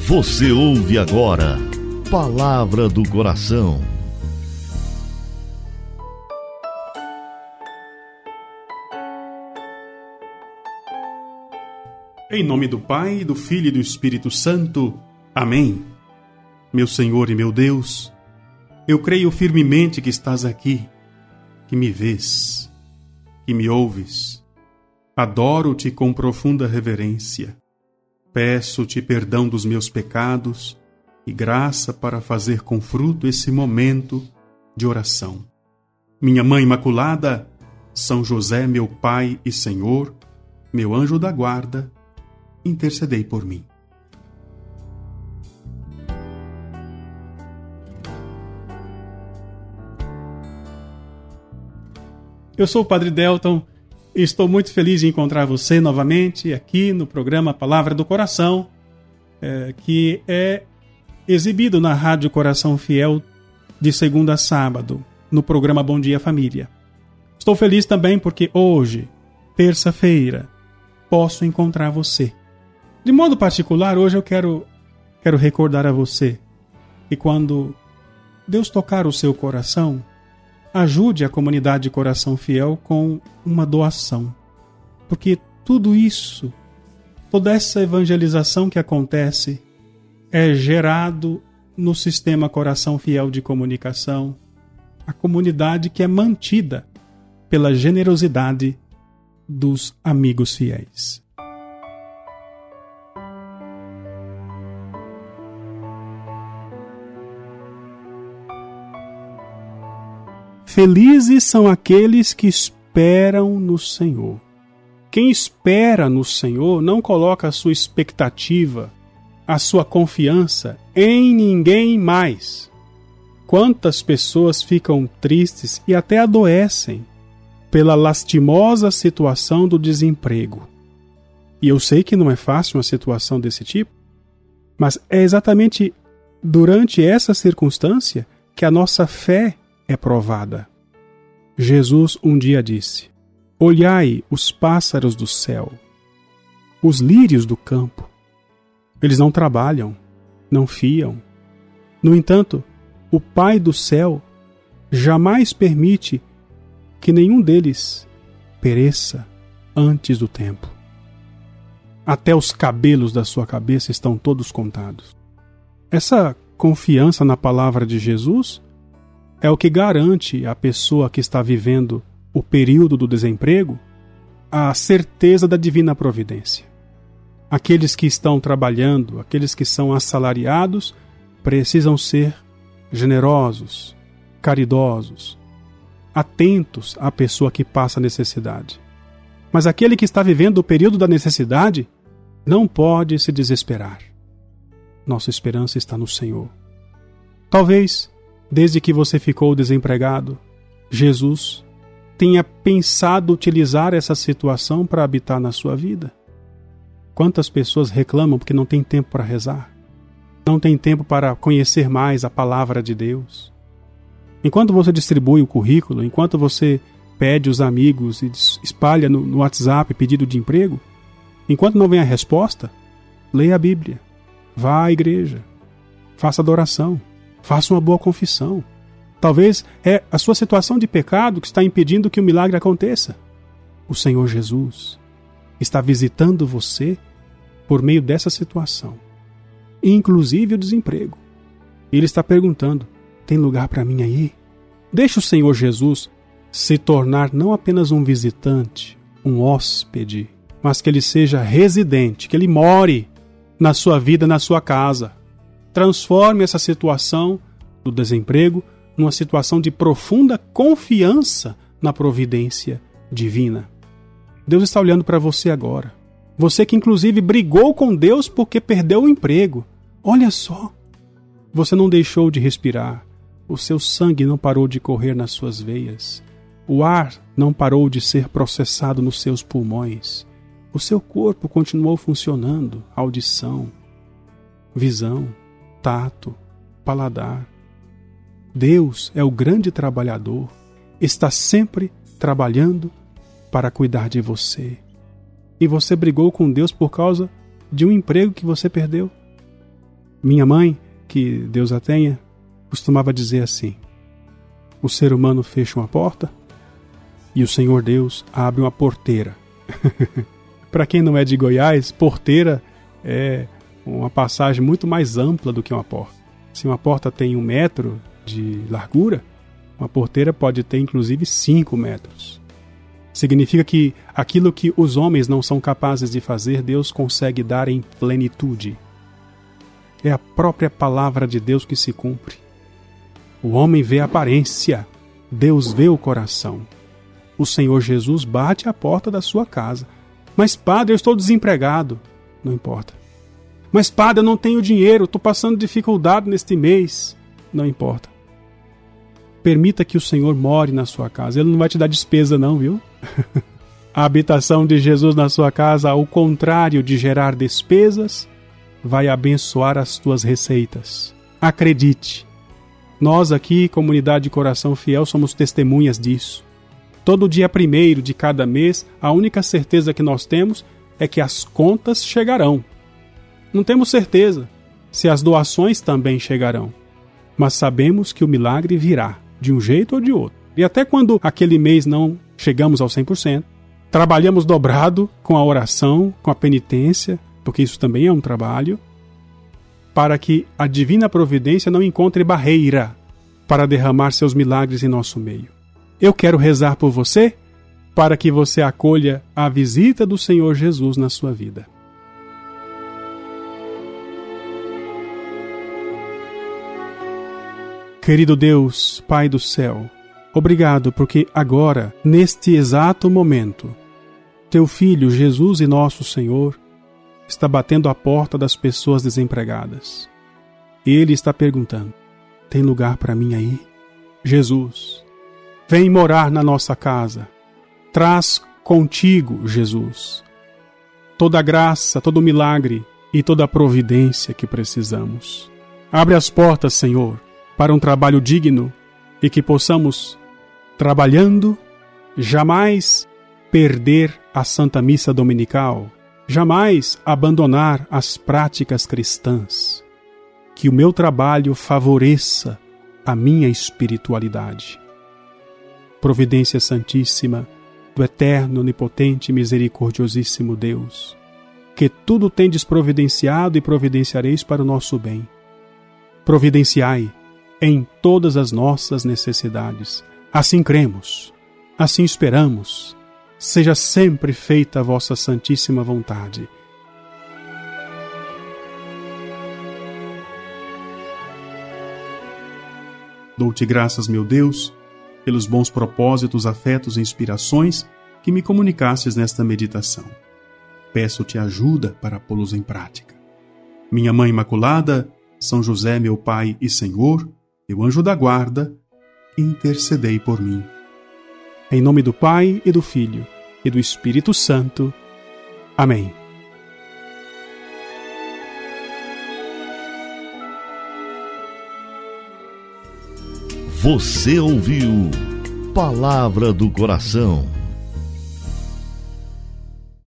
Você ouve agora Palavra do Coração. Em nome do Pai, do Filho e do Espírito Santo. Amém. Meu Senhor e meu Deus, eu creio firmemente que estás aqui, que me vês, que me ouves. Adoro-te com profunda reverência. Peço-te perdão dos meus pecados e graça para fazer com fruto esse momento de oração. Minha Mãe Imaculada, São José, meu Pai e Senhor, meu anjo da guarda, intercedei por mim. Eu sou o Padre Delton e estou muito feliz de encontrar você novamente aqui no programa Palavra do Coração, que é exibido na Rádio Coração Fiel de segunda a sábado, no programa Bom Dia Família. Estou feliz também porque hoje, terça-feira, posso encontrar você. De modo particular, hoje eu quero recordar a você que quando Deus tocar o seu coração, ajude a comunidade de Coração Fiel com uma doação. Porque tudo isso, toda essa evangelização que acontece, é gerado no sistema Coração Fiel de comunicação, a comunidade que é mantida pela generosidade dos amigos fiéis. Felizes são aqueles que esperam no Senhor. Quem espera no Senhor não coloca a sua expectativa, a sua confiança em ninguém mais. Quantas pessoas ficam tristes e até adoecem pela lastimosa situação do desemprego. E eu sei que não é fácil uma situação desse tipo, mas é exatamente durante essa circunstância que a nossa fé é provada. Jesus um dia disse: olhai os pássaros do céu, os lírios do campo. Eles não trabalham, não fiam. No entanto, o Pai do céu jamais permite que nenhum deles pereça antes do tempo. Até os cabelos da sua cabeça estão todos contados. Essa confiança na palavra de Jesus é o que garante à pessoa que está vivendo o período do desemprego a certeza da divina providência. Aqueles que estão trabalhando, aqueles que são assalariados, precisam ser generosos, caridosos, atentos à pessoa que passa necessidade. Mas aquele que está vivendo o período da necessidade não pode se desesperar. Nossa esperança está no Senhor. Talvez, desde que você ficou desempregado, Jesus tenha pensado utilizar essa situação para habitar na sua vida. Quantas pessoas reclamam porque não tem tempo para rezar? Não tem tempo para conhecer mais a palavra de Deus? Enquanto você distribui o currículo, enquanto você pede os amigos e espalha no WhatsApp pedido de emprego, enquanto não vem a resposta, leia a Bíblia, vá à igreja, faça adoração, faça uma boa confissão. Talvez é a sua situação de pecado que está impedindo que o milagre aconteça. O Senhor Jesus está visitando você por meio dessa situação, inclusive o desemprego. Ele está perguntando: tem lugar para mim aí? Deixa o Senhor Jesus se tornar não apenas um visitante, um hóspede, mas que ele seja residente, que ele more na sua vida, na sua casa. Transforme essa situação do desemprego numa situação de profunda confiança na providência divina. Deus está olhando para você agora. Você que inclusive brigou com Deus porque perdeu o emprego. Olha só, você não deixou de respirar. O seu sangue não parou de correr nas suas veias. O ar não parou de ser processado nos seus pulmões. O seu corpo continuou funcionando. Audição, visão, tato, paladar. Deus é o grande trabalhador. Está sempre trabalhando para cuidar de você. E você brigou com Deus por causa de um emprego que você perdeu. Minha mãe, que Deus a tenha, costumava dizer assim: o ser humano fecha uma porta e o Senhor Deus abre uma porteira. Para quem não é de Goiás, porteira é uma passagem muito mais ampla do que uma porta. Se uma porta tem 1 metro de largura, uma porteira pode ter inclusive 5 metros. Significa que aquilo que os homens não são capazes de fazer, Deus consegue dar em plenitude. É a própria palavra de Deus que se cumpre. O homem vê a aparência, Deus vê o coração. O Senhor Jesus bate à porta da sua casa. Mas, padre, eu estou desempregado. Não importa. Mas, padre, eu não tenho dinheiro, estou passando dificuldade neste mês. Não importa. Permita que o Senhor more na sua casa. Ele não vai te dar despesa não, viu? A habitação de Jesus na sua casa, ao contrário de gerar despesas, vai abençoar as tuas receitas. Acredite. Nós aqui, Comunidade de Coração Fiel, somos testemunhas disso. Todo dia 1º de cada mês, a única certeza que nós temos é que as contas chegarão. Não temos certeza se as doações também chegarão, mas sabemos que o milagre virá, de um jeito ou de outro. E até quando aquele mês não chegamos ao 100%, trabalhamos dobrado com a oração, com a penitência, porque isso também é um trabalho, para que a divina providência não encontre barreira para derramar seus milagres em nosso meio. Eu quero rezar por você, para que você acolha a visita do Senhor Jesus na sua vida. Querido Deus, Pai do céu, obrigado porque agora, neste exato momento, Teu Filho, Jesus e nosso Senhor, está batendo à porta das pessoas desempregadas. Ele está perguntando: tem lugar para mim aí? Jesus, vem morar na nossa casa. Traz contigo, Jesus, toda a graça, todo o milagre e toda a providência que precisamos. Abre as portas, Senhor, para um trabalho digno e que possamos, trabalhando, jamais perder a Santa Missa Dominical, jamais abandonar as práticas cristãs. Que o meu trabalho favoreça a minha espiritualidade. Providência Santíssima do Eterno, Onipotente e Misericordiosíssimo Deus, que tudo tendes providenciado e providenciareis para o nosso bem. Providenciai em todas as nossas necessidades. Assim cremos, assim esperamos. Seja sempre feita a vossa santíssima vontade. Dou-te graças, meu Deus, pelos bons propósitos, afetos e inspirações que me comunicastes nesta meditação. Peço-te ajuda para pô-los em prática. Minha Mãe Imaculada, São José, meu Pai e Senhor, meu anjo da guarda, intercedei por mim. Em nome do Pai e do Filho e do Espírito Santo. Amém. Você ouviu Palavra do Coração.